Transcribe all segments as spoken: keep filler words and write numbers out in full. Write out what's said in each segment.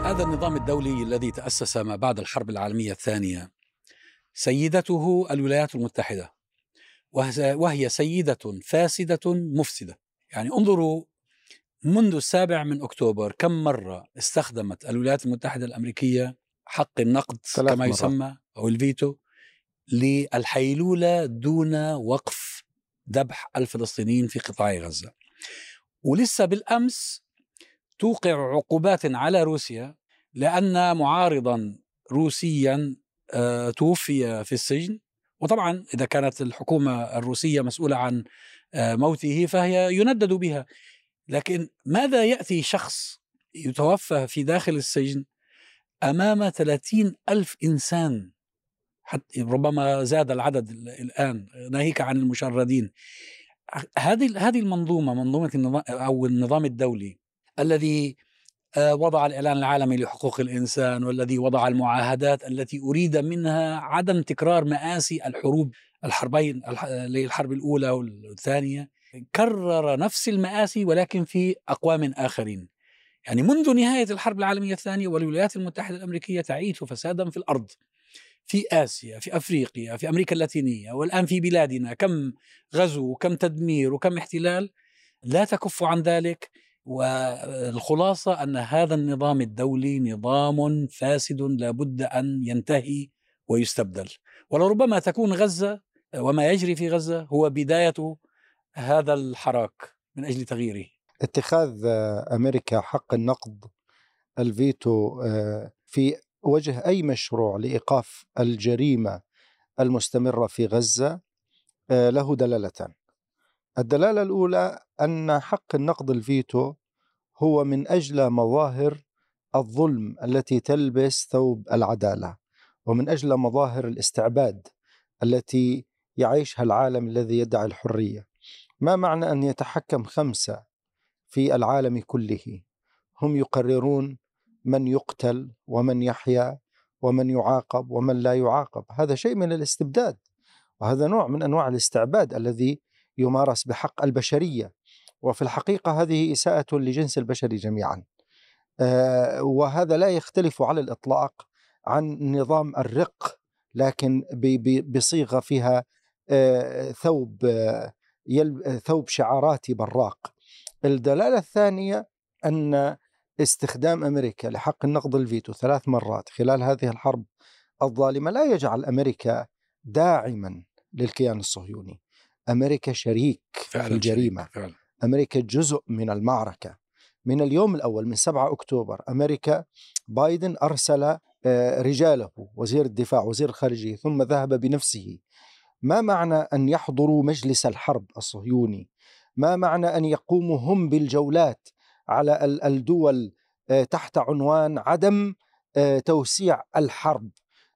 هذا النظام الدولي الذي تأسس ما بعد الحرب العالمية الثانية سيدته الولايات المتحدة، وهي سيدة فاسدة مفسدة. يعني انظروا منذ السابع من أكتوبر كم مرة استخدمت الولايات المتحدة الأمريكية حق النقد كما يسمى أو الفيتو للحيلولة دون وقف ذبح الفلسطينيين في قطاع غزة. ولسه بالأمس توقع عقوبات على روسيا لأن معارضا روسيا توفي في السجن، وطبعا إذا كانت الحكومة الروسية مسؤولة عن موته فهي يندد بها. لكن ماذا يأتي شخص يتوفى في داخل السجن أمام ثلاثين ألف إنسان، حتى ربما زاد العدد الآن ناهيك عن المشردين. هذه هذه المنظومة، منظومة النظام أو النظام الدولي الذي وضع الإعلان العالمي لحقوق الإنسان، والذي وضع المعاهدات التي أريد منها عدم تكرار مآسي الحروب الحربين الحرب الأولى والثانية، كرر نفس المآسي ولكن في أقوام آخرين. يعني منذ نهاية الحرب العالمية الثانية والولايات المتحدة الأمريكية تعيش فسادا في الأرض، في آسيا، في أفريقيا، في أمريكا اللاتينية، والآن في بلادنا. كم غزو وكم تدمير وكم احتلال، لا تكف عن ذلك. والخلاصة أن هذا النظام الدولي نظام فاسد لا بد أن ينتهي ويستبدل، ولربما تكون غزة وما يجري في غزة هو بداية هذا الحراك من أجل تغييره. اتخاذ أمريكا حق النقد الفيتو في وجه أي مشروع لإيقاف الجريمة المستمرة في غزة له دلالتان. الدلالة الأولى أن حق النقد الفيتو هو من أجل مظاهر الظلم التي تلبس ثوب العدالة، ومن أجل مظاهر الاستعباد التي يعيشها العالم الذي يدعي الحرية. ما معنى أن يتحكم خمسة في العالم كله هم يقررون من يقتل ومن يحيا ومن يعاقب ومن لا يعاقب؟ هذا شيء من الاستبداد، وهذا نوع من أنواع الاستعباد الذي يمارس بحق البشرية، وفي الحقيقة هذه إساءة لجنس البشري جميعا. آه وهذا لا يختلف على الإطلاق عن نظام الرق، لكن بصيغة فيها آه ثوب آه ثوب شعاراتي براق. الدلالة الثانية أن استخدام أمريكا لحق النقد الفيتو ثلاث مرات خلال هذه الحرب الظالمة لا يجعل أمريكا داعما للكيان الصهيوني. أمريكا شريك في الجريمة، شريك. أمريكا جزء من المعركة من اليوم الأول من سبعة أكتوبر. أمريكا بايدن أرسل رجاله، وزير الدفاع وزير الخارجية، ثم ذهب بنفسه. ما معنى أن يحضروا مجلس الحرب الصهيوني؟ ما معنى أن يقوموا هم بالجولات على الدول تحت عنوان عدم توسيع الحرب؟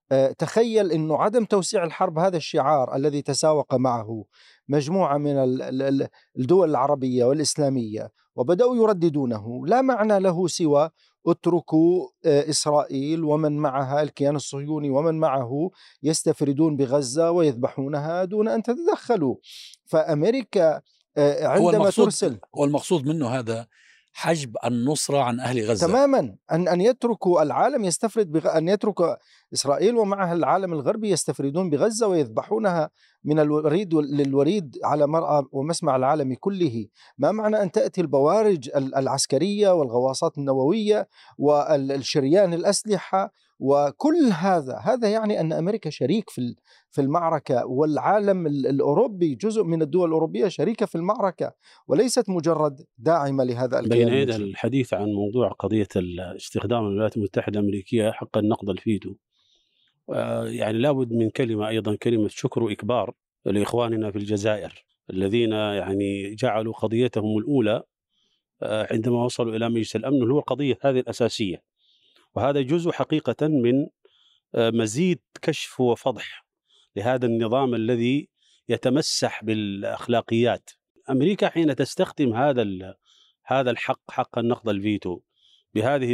تخيل أنه عدم توسيع الحرب هذا الشعار الذي تساوق معه مجموعة من الدول العربية والإسلامية وبدأوا يرددونه، لا معنى له سوى اتركوا إسرائيل ومن معها الكيان الصهيوني ومن معه يستفردون بغزة ويذبحونها دون أن تتدخلوا. فأمريكا عندما ترسل، والمقصود منه هذا حجب النصرة عن أهل غزة تماما، أن أن يتركوا العالم يستفرد بغ... أن يترك إسرائيل ومعها العالم الغربي يستفردون بغزة ويذبحونها من الوريد للوريد على مرأى ومسمع العالم كله. ما معنى أن تأتي البوارج العسكرية والغواصات النووية والشريان الأسلحة وكل هذا؟ هذا يعني أن أمريكا شريك في في المعركة، والعالم الأوروبي جزء من الدول الأوروبية شريكة في المعركة وليست مجرد داعمة لهذا الكيان. بين يدي الحديث عن موضوع قضية استخدام الولايات المتحدة الأمريكية حق النقد الفيتو، يعني لابد من كلمة أيضا، كلمة شكر وإكبار لإخواننا في الجزائر الذين يعني جعلوا قضيتهم الأولى عندما وصلوا إلى مجلس الأمن اللي هو القضية هذه الأساسية. وهذا جزء حقيقة من مزيد كشف وفضح لهذا النظام الذي يتمسح بالأخلاقيات. أمريكا حين تستخدم هذا هذا الحق، حق النقد الفيتو، بهذه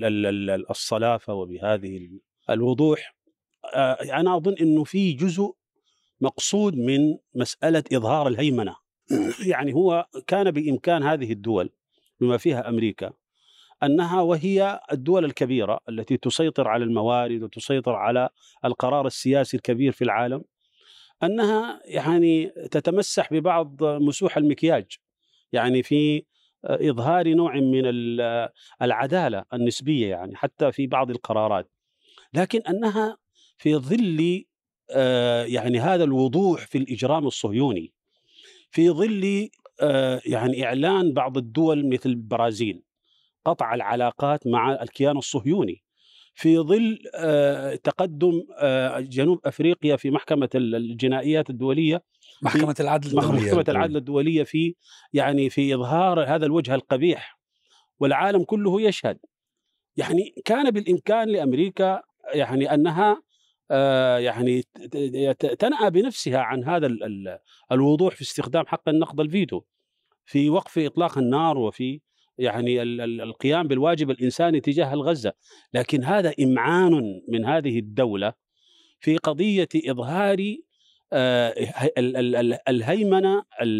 الصلافة وبهذه الوضوح، أنا أظن أنه في جزء مقصود من مسألة إظهار الهيمنة. يعني هو كان بإمكان هذه الدول بما فيها أمريكا أنها وهي الدول الكبيرة التي تسيطر على الموارد وتسيطر على القرار السياسي الكبير في العالم، أنها يعني تتمسح ببعض مسوح المكياج، يعني في إظهار نوع من العدالة النسبية يعني حتى في بعض القرارات، لكن أنها في ظل يعني هذا الوضوح في الإجرام الصهيوني، في ظل يعني إعلان بعض الدول مثل البرازيل قطع العلاقات مع الكيان الصهيوني، في ظل تقدم جنوب أفريقيا في محكمة الجنائيات الدولية، محكمة العدل الدولية محكمة العدل الدولية في يعني في إظهار هذا الوجه القبيح والعالم كله يشهد. يعني كان بالإمكان لأمريكا يعني أنها يعني تنأى بنفسها عن هذا الوضوح في استخدام حق النقض الفيتو في وقف إطلاق النار وفي يعني القيام بالواجب الإنساني تجاه غزة، لكن هذا إمعان من هذه الدولة في قضية إظهار الهيمنة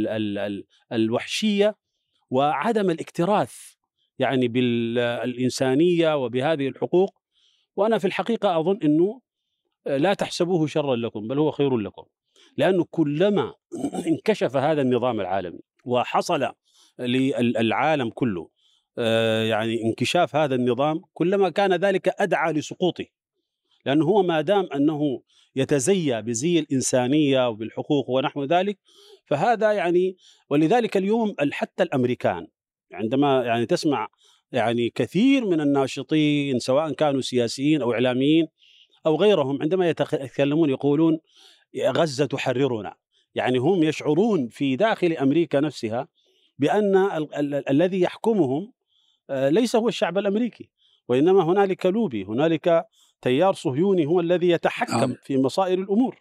الوحشية وعدم الاكتراث يعني بالإنسانية وبهذه الحقوق. وأنا في الحقيقة أظن أنه لا تحسبوه شرا لكم بل هو خير لكم، لأنه كلما انكشف هذا النظام العالمي وحصل للعالم كله يعني انكشاف هذا النظام، كلما كان ذلك أدعى لسقوطه، لأنه هو ما دام أنه يتزيى بزي الإنسانية وبالحقوق ونحو ذلك فهذا يعني. ولذلك اليوم حتى الأمريكان عندما يعني تسمع يعني كثير من الناشطين سواء كانوا سياسيين أو إعلاميين أو غيرهم عندما يتكلمون يقولون غزة تحررنا، يعني هم يشعرون في داخل أمريكا نفسها بأن ال ال الذي يحكمهم ليس هو الشعب الأمريكي، وإنما هنالك لوبي، هنالك تيار صهيوني هو الذي يتحكم في مصائر الأمور.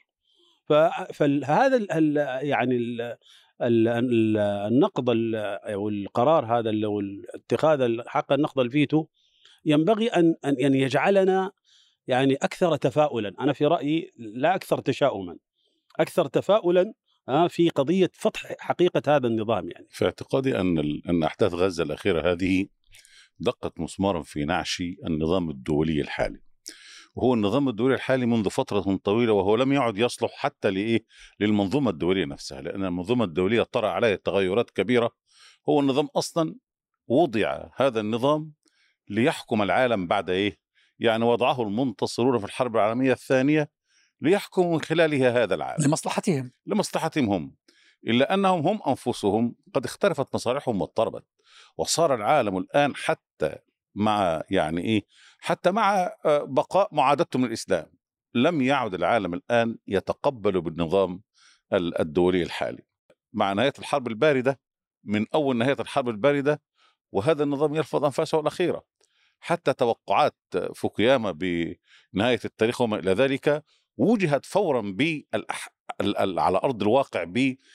فهذا يعني ال ال النقض أو القرار هذا أو اتخاذ حق النقض الفيتو ينبغي أن أن يجعلنا يعني أكثر تفاؤلا. أنا في رأيي لا أكثر تشاؤما، أكثر تفاؤلا في قضية فتح حقيقة هذا النظام. يعني في اعتقادي أن أن أحداث غزة الأخيرة هذه دقت مسمارا في نعش النظام الدولي الحالي، وهو النظام الدولي الحالي منذ فترة طويلة وهو لم يعد يصلح حتى لإيه للمنظومة الدولية نفسها، لأن المنظومة الدولية طرأ عليها تغيرات كبيرة. هو النظام أصلا وضع هذا النظام ليحكم العالم بعد إيه يعني وضعه المنتصرون في الحرب العالمية الثانية ليحكموا من خلالها هذا العالم لمصلحتهم لمصلحتهم هم، إلا أنهم هم أنفسهم قد اختلفت مصالحهم واضطربت، وصار العالم الآن حتى مع يعني إيه حتى مع بقاء معادتهم للإسلام لم يعد العالم الآن يتقبل بالنظام الدولي الحالي. مع نهاية الحرب الباردة، من أول نهاية الحرب الباردة وهذا النظام يرفض أنفاسه الأخيرة، حتى توقعات فوكوياما بنهاية التاريخ وما إلى ذلك وجهت فورا بالأح... على أرض الواقع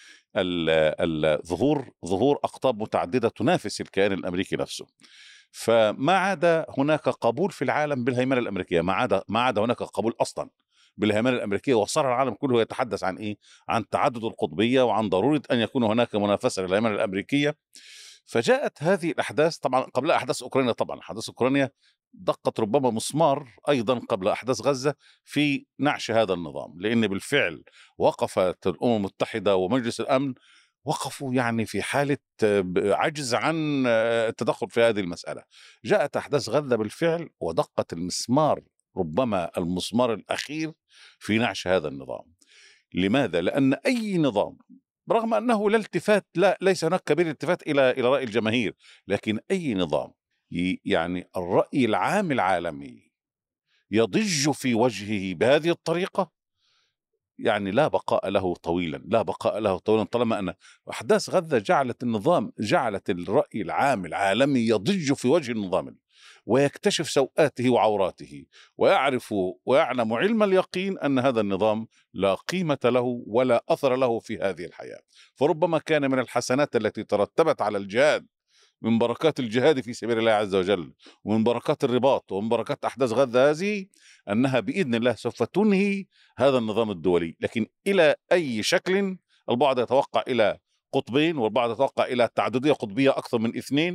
بالظهور ظهور أقطاب متعددة تنافس الكيان الأمريكي نفسه. فما عاد هناك قبول في العالم بالهيمنة الأمريكية، ما عاد ما عاد هناك قبول أصلا بالهيمنة الأمريكية، وصار العالم كله يتحدث عن إيه؟ عن تعدد القطبية وعن ضرورة أن يكون هناك منافسة للهيمنة الأمريكية. فجاءت هذه الأحداث طبعا قبل أحداث أوكرانيا، طبعا أحداث أوكرانيا دقت ربما مسمار أيضا قبل أحداث غزة في نعش هذا النظام، لأن بالفعل وقفت الأمم المتحدة ومجلس الأمن وقفوا يعني في حالة عجز عن التدخل في هذه المسألة. جاءت أحداث غزة بالفعل ودقت المسمار، ربما المسمار الأخير في نعش هذا النظام. لماذا؟ لأن أي نظام برغم أنه لا التفات لا ليس هناك كبير التفات إلى إلى رأي الجماهير، لكن أي نظام يعني الرأي العام العالمي يضج في وجهه بهذه الطريقة يعني لا بقاء له طويلا، لا بقاء له طويلا طالما أن أحداث غزة جعلت النظام جعلت الرأي العام العالمي يضج في وجه النظام ويكتشف سوءاته وعوراته، ويعرف ويعلم علم اليقين أن هذا النظام لا قيمة له ولا أثر له في هذه الحياة. فربما كان من الحسنات التي ترتبت على الجهاد، من بركات الجهاد في سبيل الله عز وجل ومن بركات الرباط ومن بركات أحداث غزة هذه، أنها بإذن الله سوف تنهي هذا النظام الدولي. لكن إلى أي شكل؟ البعض يتوقع إلى قطبين والبعض يتوقع إلى تعددية قطبية أكثر من اثنين،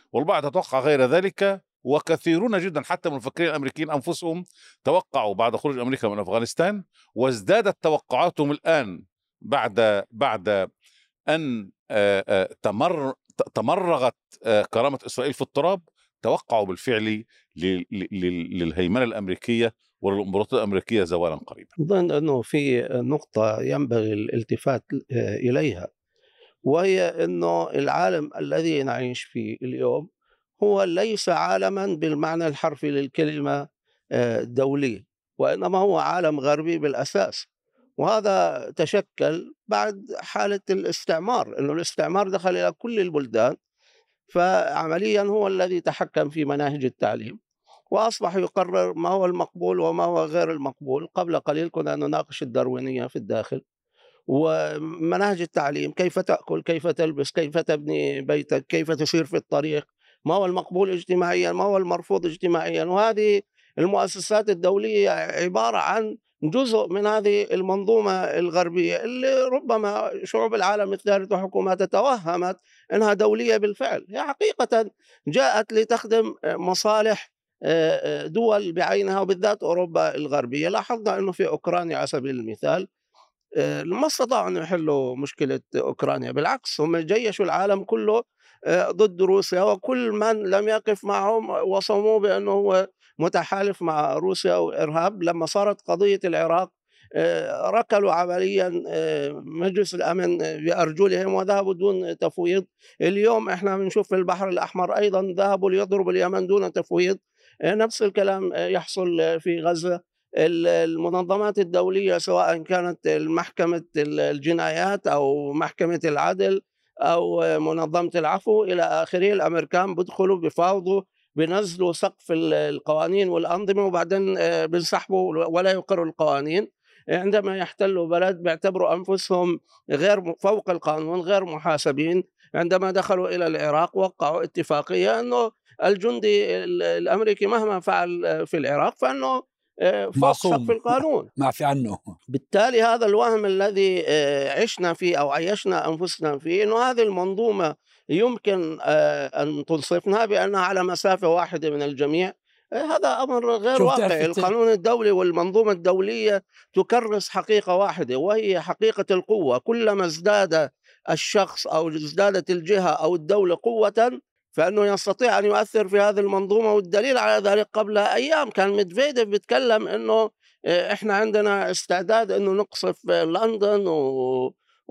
والبعض يتوقع غير ذلك. وكثيرون جدا حتى من المفكرين الامريكيين انفسهم توقعوا بعد خروج امريكا من افغانستان، وازدادت توقعاتهم الان بعد بعد ان تمر تمرغت كرامه اسرائيل في التراب. توقعوا بالفعل للهيمنه الامريكيه وللامبراطوريه الامريكيه زوالا قريبا. اظن انه في نقطه ينبغي الالتفات اليها، وهي انه العالم الذي نعيش فيه اليوم هو ليس عالما بالمعنى الحرفي للكلمه دولي، وانما هو عالم غربي بالاساس. وهذا تشكل بعد حاله الاستعمار، انه الاستعمار دخل الى كل البلدان، فعمليا هو الذي تحكم في مناهج التعليم وأصبح يقرر ما هو المقبول وما هو غير المقبول. قبل قليل كنا نناقش الداروينية في الداخل ومناهج التعليم، كيف تأكل، كيف تلبس، كيف تبني بيتك، كيف تسير في الطريق، ما هو المقبول اجتماعيا، ما هو المرفوض اجتماعيا. وهذه المؤسسات الدولية عبارة عن جزء من هذه المنظومة الغربية اللي ربما شعوب العالم الثالث وحكوماتها توهمت أنها دولية بالفعل. هي حقيقة جاءت لتخدم مصالح دول بعينها وبالذات أوروبا الغربية. لاحظنا أنه في أوكرانيا على سبيل المثال ما استطاعوا أن يحلوا مشكلة أوكرانيا، بالعكس هم جيشوا العالم كله ضد روسيا، وكل من لم يقف معهم وصموا بأنه هو متحالف مع روسيا والإرهاب. لما صارت قضية العراق ركلوا عمليا مجلس الأمن بأرجلهم وذهبوا دون تفويض. اليوم احنا بنشوف في البحر الأحمر أيضا ذهبوا ليضربوا اليمن دون تفويض. نفس الكلام يحصل في غزة. المنظمات الدولية سواء كانت محكمة الجنايات أو محكمة العدل أو منظمة العفو إلى آخره، الأمريكان بدخلوا بفاوضوا بنزلوا سقف القوانين والأنظمة وبعدين بنسحبوا ولا يقروا القوانين. عندما يحتلوا بلد بيعتبروا أنفسهم غير فوق القانون، غير محاسبين. عندما دخلوا إلى العراق وقعوا اتفاقية أنه الجندي الأمريكي مهما فعل في العراق فإنه فوق سقف القانون، معفي عنه. بالتالي هذا الوهم الذي عشنا فيه أو عيشنا أنفسنا فيه أنه هذه المنظومة يمكن أن تنصفنا بأنها على مسافة واحدة من الجميع، هذا أمر غير واقعي. القانون الدولي والمنظومة الدولية تكرس حقيقة واحدة وهي حقيقة القوة. كلما ازداد الشخص أو ازدادت الجهة أو الدولة قوة فإنه يستطيع أن يؤثر في هذه المنظومة. والدليل على ذلك قبل أيام كان ميدفيديف بيتكلم إنه إحنا عندنا استعداد إنه نقصف لندن و...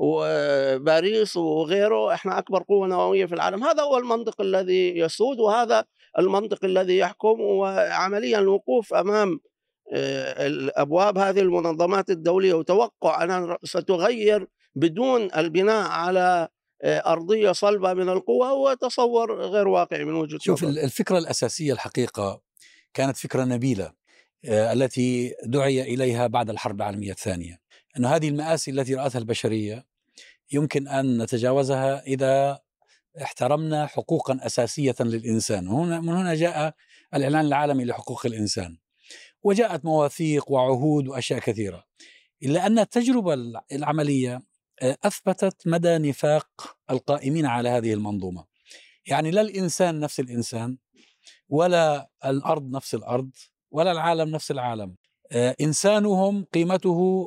وباريس وغيره، إحنا أكبر قوة نووية في العالم. هذا هو المنطق الذي يسود وهذا المنطق الذي يحكم. وعمليا الوقوف أمام الأبواب هذه المنظمات الدولية وتوقع أنها ستغير بدون البناء على أرضية صلبة من القوة هو تصور غير واقعي من وجهة شوف نظر. الفكرة الأساسية الحقيقة كانت فكرة نبيلة التي دعي إليها بعد الحرب العالمية الثانية، أن هذه المآسي التي رأتها البشرية يمكن أن نتجاوزها إذا احترمنا حقوقا أساسية للإنسان. هنا من هنا جاء الإعلان العالمي لحقوق الإنسان، وجاءت مواثيق وعهود وأشياء كثيرة، إلا أن التجربة العملية أثبتت مدى نفاق القائمين على هذه المنظومة. يعني لا الإنسان نفس الإنسان، ولا الأرض نفس الأرض، ولا العالم نفس العالم. إنسانهم قيمته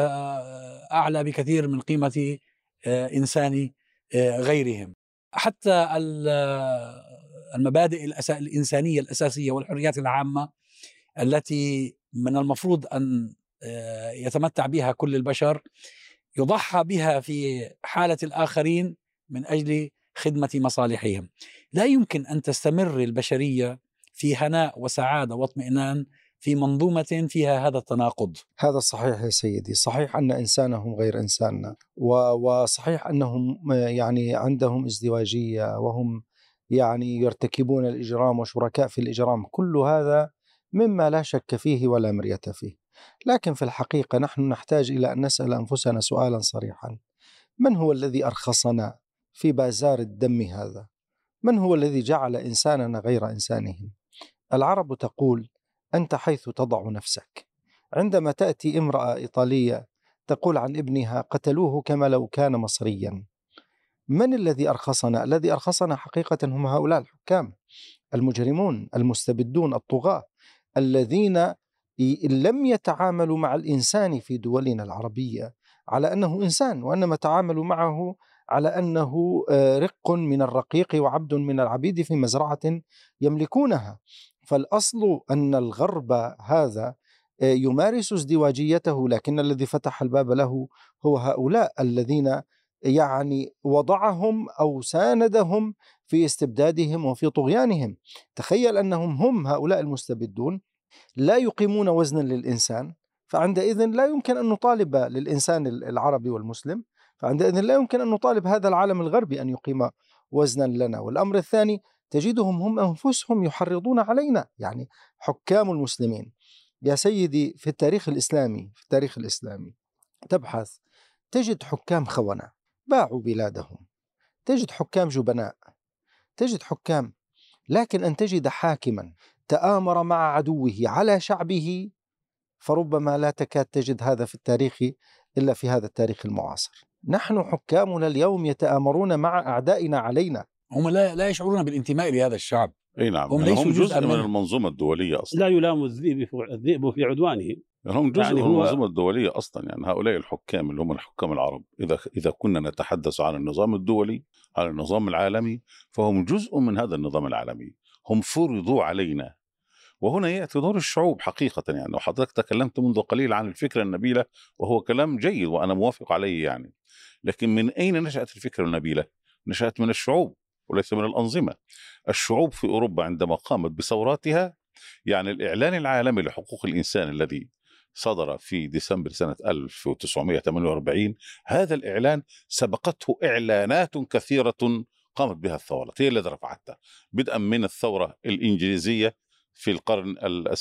أعلى بكثير من قيمة إنسان غيرهم. حتى المبادئ الإنسانية الأساسية والحريات العامة التي من المفروض أن يتمتع بها كل البشر يضحى بها في حالة الآخرين من أجل خدمة مصالحهم. لا يمكن أن تستمر البشرية في هناء وسعادة واطمئنان في منظومة فيها هذا التناقض. هذا صحيح يا سيدي، صحيح أن إنسانهم غير إنساننا، وصحيح أنهم يعني عندهم ازدواجية وهم يعني يرتكبون الإجرام وشركاء في الإجرام. كل هذا مما لا شك فيه ولا مرية فيه. لكن في الحقيقة نحن نحتاج إلى أن نسأل أنفسنا سؤالا صريحا: من هو الذي أرخصنا في بازار الدم هذا؟ من هو الذي جعل إنساننا غير إنسانهم؟ العرب تقول: أنت حيث تضع نفسك. عندما تأتي امرأة إيطالية تقول عن ابنها: قتلوه كما لو كان مصريا. من الذي أرخصنا؟ الذي أرخصنا حقيقة هم هؤلاء الحكام المجرمون المستبدون الطغاة الذين لم يتعاملوا مع الإنسان في دولنا العربية على أنه إنسان، وإنما تعاملوا معه على أنه رق من الرقيق وعبد من العبيد في مزرعة يملكونها. فالأصل أن الغرب هذا يمارس ازدواجيته، لكن الذي فتح الباب له هو هؤلاء الذين يعني وضعهم أو ساندهم في استبدادهم وفي طغيانهم. تخيل أنهم هم هؤلاء المستبدون لا يقيمون وزنا للإنسان، فعندئذ لا يمكن أن نطالب للإنسان العربي والمسلم، فعندئذ لا يمكن أن نطالب هذا العالم الغربي أن يقيم وزنا لنا. والأمر الثاني تجدهم هم أنفسهم يحرضون علينا، يعني حكام المسلمين يا سيدي في التاريخ الإسلامي في التاريخ الإسلامي تبحث تجد حكام خونة باعوا بلادهم، تجد حكام جبناء، تجد حكام، لكن أن تجد حاكما تآمر مع عدوه على شعبه فربما لا تكاد تجد هذا في التاريخ إلا في هذا التاريخ المعاصر. نحن حكامنا اليوم يتآمرون مع أعدائنا علينا. هم لا لا يشعرون بالانتماء لهذا الشعب. اي نعم، هم يعني ليسوا هم جزء جزءاً من منه. المنظومة الدولية أصلا. لا يلام الذئب الذئب في عدوانه، يعني هم جزء يعني من هو- المنظومة الدولية أصلا. يعني هؤلاء الحكام اللي هم الحكام العرب، إذا إذا كنا نتحدث عن النظام الدولي، عن النظام العالمي، فهم جزء من هذا النظام العالمي، هم فرضوا علينا. وهنا يأتي دور الشعوب حقيقة. يعني وحضرتك تكلمت منذ قليل عن الفكرة النبيلة، وهو كلام جيد وأنا موافق عليه يعني. لكن من أين نشأت الفكرة النبيلة؟ نشأت من الشعوب وليس من الأنظمة. الشعوب في أوروبا عندما قامت بثوراتها، يعني الإعلان العالمي لحقوق الإنسان الذي صدر في ديسمبر سنة ألف وتسعمائة وثمانية وأربعين، هذا الإعلان سبقته إعلانات كثيرة قامت بها الثورات، هي التي رفعتها، بدءا من الثورة الإنجليزية في القرن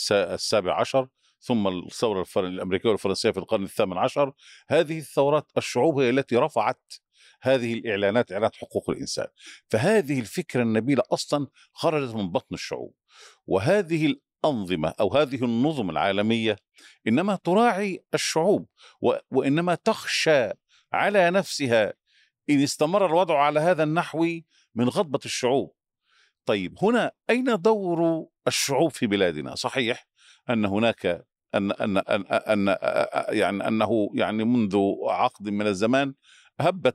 السابع عشر، ثم الثورة الأمريكية والفرنسية في القرن الثامن عشر. هذه الثورات الشعوب هي التي رفعت هذه الإعلانات، إعلانات حقوق الإنسان. فهذه الفكرة النبيلة أصلا خرجت من بطن الشعوب. وهذه الأنظمة أو هذه النظم العالمية إنما تراعي الشعوب، وإنما تخشى على نفسها إن استمر الوضع على هذا النحو من غضبة الشعوب. طيب هنا أين دور الشعوب في بلادنا؟ صحيح أن هناك أن أن أن, أن يعني أنه يعني منذ عقد من الزمان هبت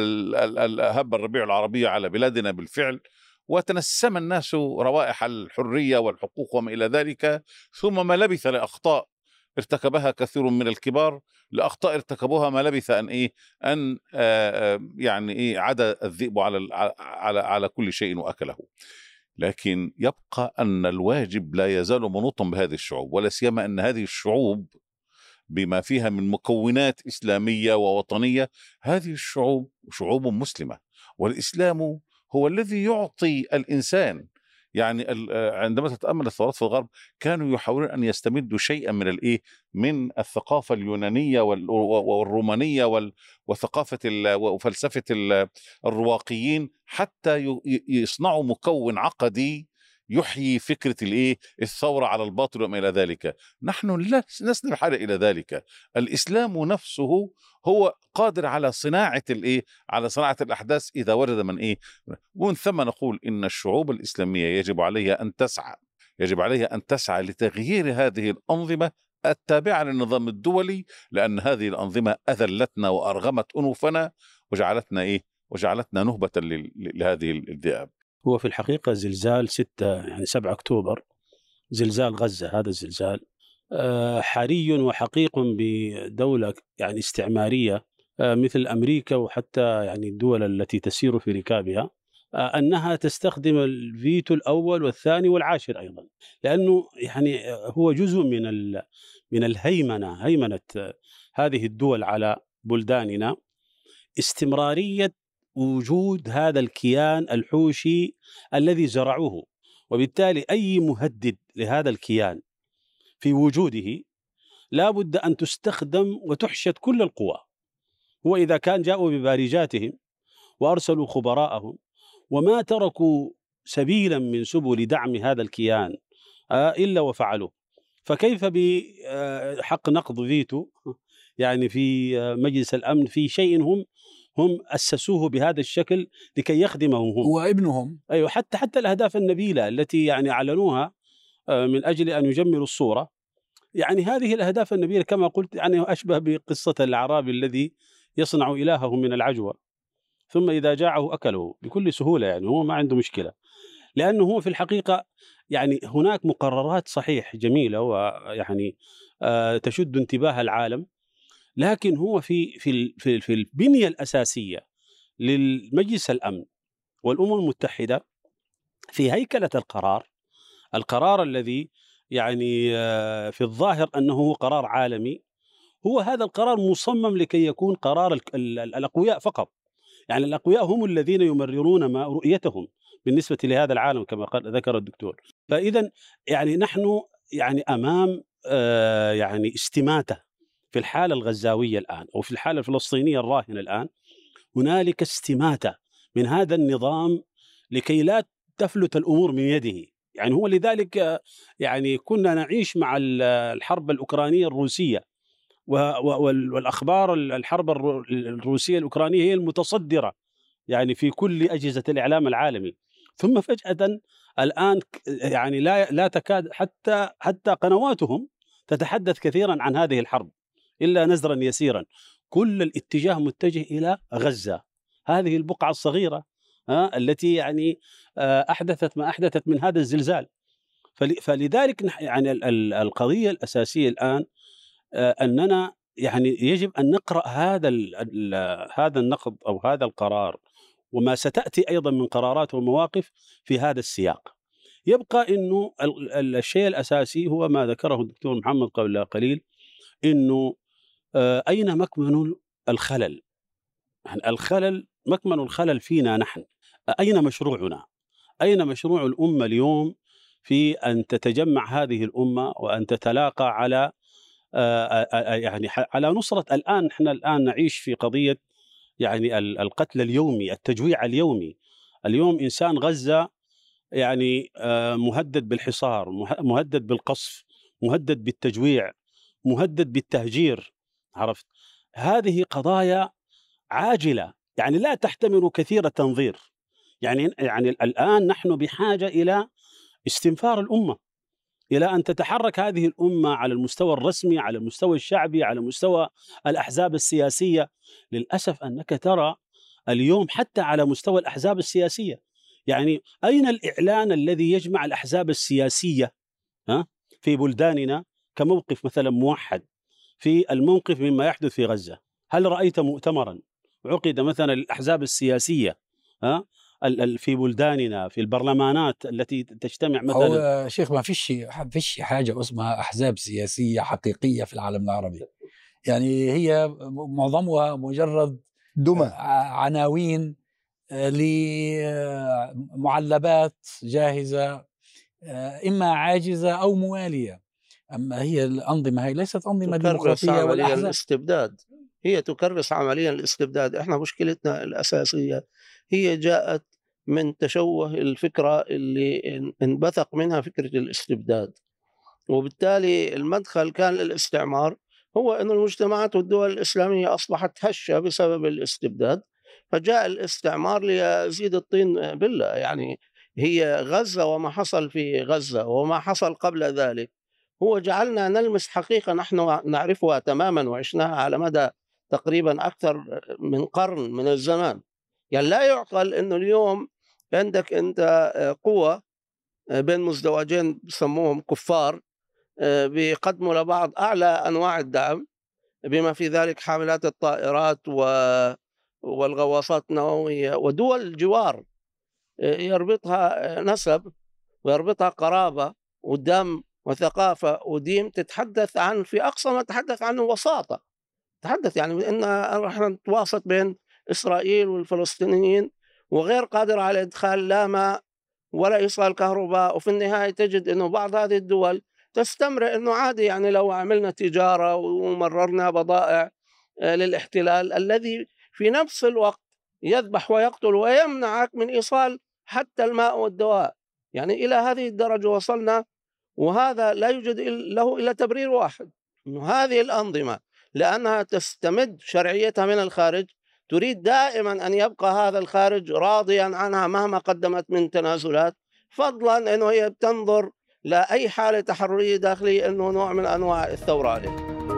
هب الربيع العربي على بلادنا بالفعل، وتنسم الناس روائح الحرية والحقوق وما إلى ذلك، ثم ما لبث لأخطاء ارتكبها كثير من الكبار، لأخطاء ارتكبوها ما لبث أن إيه أن آه يعني إيه عدا الذئب على على على كل شيء وأكله. لكن يبقى أن الواجب لا يزال منوطا بهذه الشعوب، ولا سيما أن هذه الشعوب بما فيها من مكونات إسلامية ووطنية، هذه الشعوب شعوب مسلمة، والإسلام هو الذي يعطي الإنسان. يعني عندما تتأمل الثورات في الغرب كانوا يحاولون أن يستمدوا شيئا من الإيه من الثقافة اليونانية والرومانية وثقافة وفلسفة الرواقيين، حتى يصنعوا مكون عقدي يحيي فكرة الإيه الثورة على الباطل وما إلى ذلك. نحن لسنا بحاجة إلى ذلك. الإسلام نفسه هو قادر على صناعة الإيه على صناعة الأحداث إذا ورد من إيه. ومن ثم نقول إن الشعوب الإسلامية يجب عليها أن تسعى يجب عليها أن تسعى لتغيير هذه الأنظمة التابعة للنظام الدولي، لأن هذه الأنظمة أذلتنا وأرغمت أنوفنا وجعلتنا إيه وجعلتنا نهبة لهذه الذئاب. هو في الحقيقة زلزال ستة يعني سبعة أكتوبر، زلزال غزة، هذا الزلزال حري وحقيق بدولة يعني استعمارية مثل أمريكا وحتى يعني الدول التي تسير في ركابها أنها تستخدم الفيتو الأول والثاني والعاشر أيضا، لأنه يعني هو جزء من من الهيمنة هيمنة هذه الدول على بلداننا، استمرارية وجود هذا الكيان الحوشي الذي زرعوه. وبالتالي أي مهدد لهذا الكيان في وجوده لا بد أن تستخدم وتحشد كل القوى. وإذا كان جاءوا ببارجاتهم وأرسلوا خبراءهم وما تركوا سبيلا من سبل دعم هذا الكيان إلا وفعلوا، فكيف بحق نقض فيتو يعني في مجلس الأمن في شيء هم هم أسسوه بهذا الشكل لكي يخدمهم هم وابنهم. أيوة، حتى حتى الأهداف النبيلة التي يعني أعلنوها من أجل أن يجملوا الصورة، يعني هذه الأهداف النبيلة كما قلت يعني أشبه بقصة الأعرابي الذي يصنع إلهه من العجوة ثم إذا جاعه أكله بكل سهولة، يعني هو ما عنده مشكلة، لأنه هو في الحقيقة يعني هناك مقررات صحيح جميلة ويعني آه تشد انتباه العالم، لكن هو في في في في البنية الأساسية للمجلس الأمن والأمم المتحدة في هيكلة القرار، القرار الذي يعني آه في الظاهر أنه هو قرار عالمي، هو هذا القرار مصمم لكي يكون قرار الأقوياء فقط، يعني الأقوياء هم الذين يمررون ما رؤيتهم بالنسبة لهذا العالم كما قال ذكر الدكتور. فإذا يعني نحن يعني أمام آه يعني استماتة في الحالة الغزاوية الآن أو في الحالة الفلسطينية الراهنة الآن، هنالك استماتة من هذا النظام لكي لا تفلت الأمور من يده. يعني هو لذلك يعني كنا نعيش مع الحرب الأوكرانية الروسية والأخبار الحرب الروسية الأوكرانية هي المتصدرة يعني في كل أجهزة الإعلام العالمي، ثم فجأة الآن يعني لا لا تكاد حتى حتى قنواتهم تتحدث كثيرا عن هذه الحرب إلا نزرا يسيرا، كل الاتجاه متجه إلى غزة، هذه البقعة الصغيرة ها التي يعني أحدثت ما أحدثت من هذا الزلزال. فلذلك يعني القضية الأساسية الآن أننا يعني يجب أن نقرأ هذا هذا النقد أو هذا القرار وما ستأتي أيضا من قرارات ومواقف في هذا السياق. يبقى إنه الشيء الأساسي هو ما ذكره الدكتور محمد قبل قليل، إنه أين مكمن الخلل؟ يعني الخلل مكمن الخلل فينا نحن، أين مشروعنا؟ أين مشروع الأمة اليوم في أن تتجمع هذه الأمة وأن تتلاقى على يعني على نصرة؟ الآن احنا الآن نعيش في قضية يعني القتل اليومي، التجويع اليومي. اليوم إنسان غزة يعني مهدد بالحصار، مهدد بالقصف، مهدد بالتجويع، مهدد بالتهجير. عرفت؟ هذه قضايا عاجلة يعني لا تحتمل كثير التنظير. يعني يعني الآن نحن بحاجة إلى استنفار الأمة، إلى أن تتحرك هذه الأمة على المستوى الرسمي، على المستوى الشعبي، على مستوى الأحزاب السياسية. للأسف أنك ترى اليوم حتى على مستوى الأحزاب السياسية، يعني أين الإعلان الذي يجمع الأحزاب السياسية ها في بلداننا كموقف مثلا موحد في الموقف مما يحدث في غزة؟ هل رأيت مؤتمرا عقد مثلا الأحزاب السياسية ها في بلداننا في البرلمانات التي تجتمع مثلا؟ هو شيخ ما فيش فيش حاجة اسمها أحزاب سياسية حقيقية في العالم العربي، يعني هي معظمها مجرد دمى عناوين لمعلبات جاهزة إما عاجزة أو موالية. أما هي الأنظمة هي ليست أنظمة ديمقراطية والأحزاب الاستبداد، هي تكرس عمليا الاستبداد. احنا مشكلتنا الأساسية هي جاءت من تشوه الفكرة اللي انبثق منها فكرة الاستبداد، وبالتالي المدخل كان للاستعمار هو أن المجتمعات والدول الإسلامية أصبحت هشة بسبب الاستبداد، فجاء الاستعمار ليزيد الطين بلة. يعني هي غزة وما حصل في غزة وما حصل قبل ذلك هو جعلنا نلمس حقيقة نحن نعرفها تماما وعشناها على مدى تقريبا أكثر من قرن من الزمان. يعني لا يعقل أنه اليوم عندك أنت قوة بين مزدوجين بسموهم كفار بيقدموا لبعض أعلى أنواع الدعم بما في ذلك حاملات الطائرات والغواصات النووية، ودول الجوار يربطها نسب ويربطها قرابة ودم وثقافة ودين، تتحدث عن في أقصى ما تتحدث عنه وساطة، تحدث يعني إن راح نتواسط بين إسرائيل والفلسطينيين وغير قادرة على إدخال لا ماء ولا إيصال كهرباء، وفي النهاية تجد إنه بعض هذه الدول تستمر إنه عادي، يعني لو عملنا تجارة ومررنا بضائع للاحتلال الذي في نفس الوقت يذبح ويقتل ويمنعك من إيصال حتى الماء والدواء. يعني إلى هذه الدرجة وصلنا، وهذا لا يوجد له إلا تبرير واحد، إنه هذه الأنظمة لأنها تستمد شرعيتها من الخارج تريد دائما أن يبقى هذا الخارج راضيا عنها مهما قدمت من تنازلات، فضلا أنه هي بتنظر لأي حالة تحررية داخلية أنه نوع من أنواع الثورة عليه.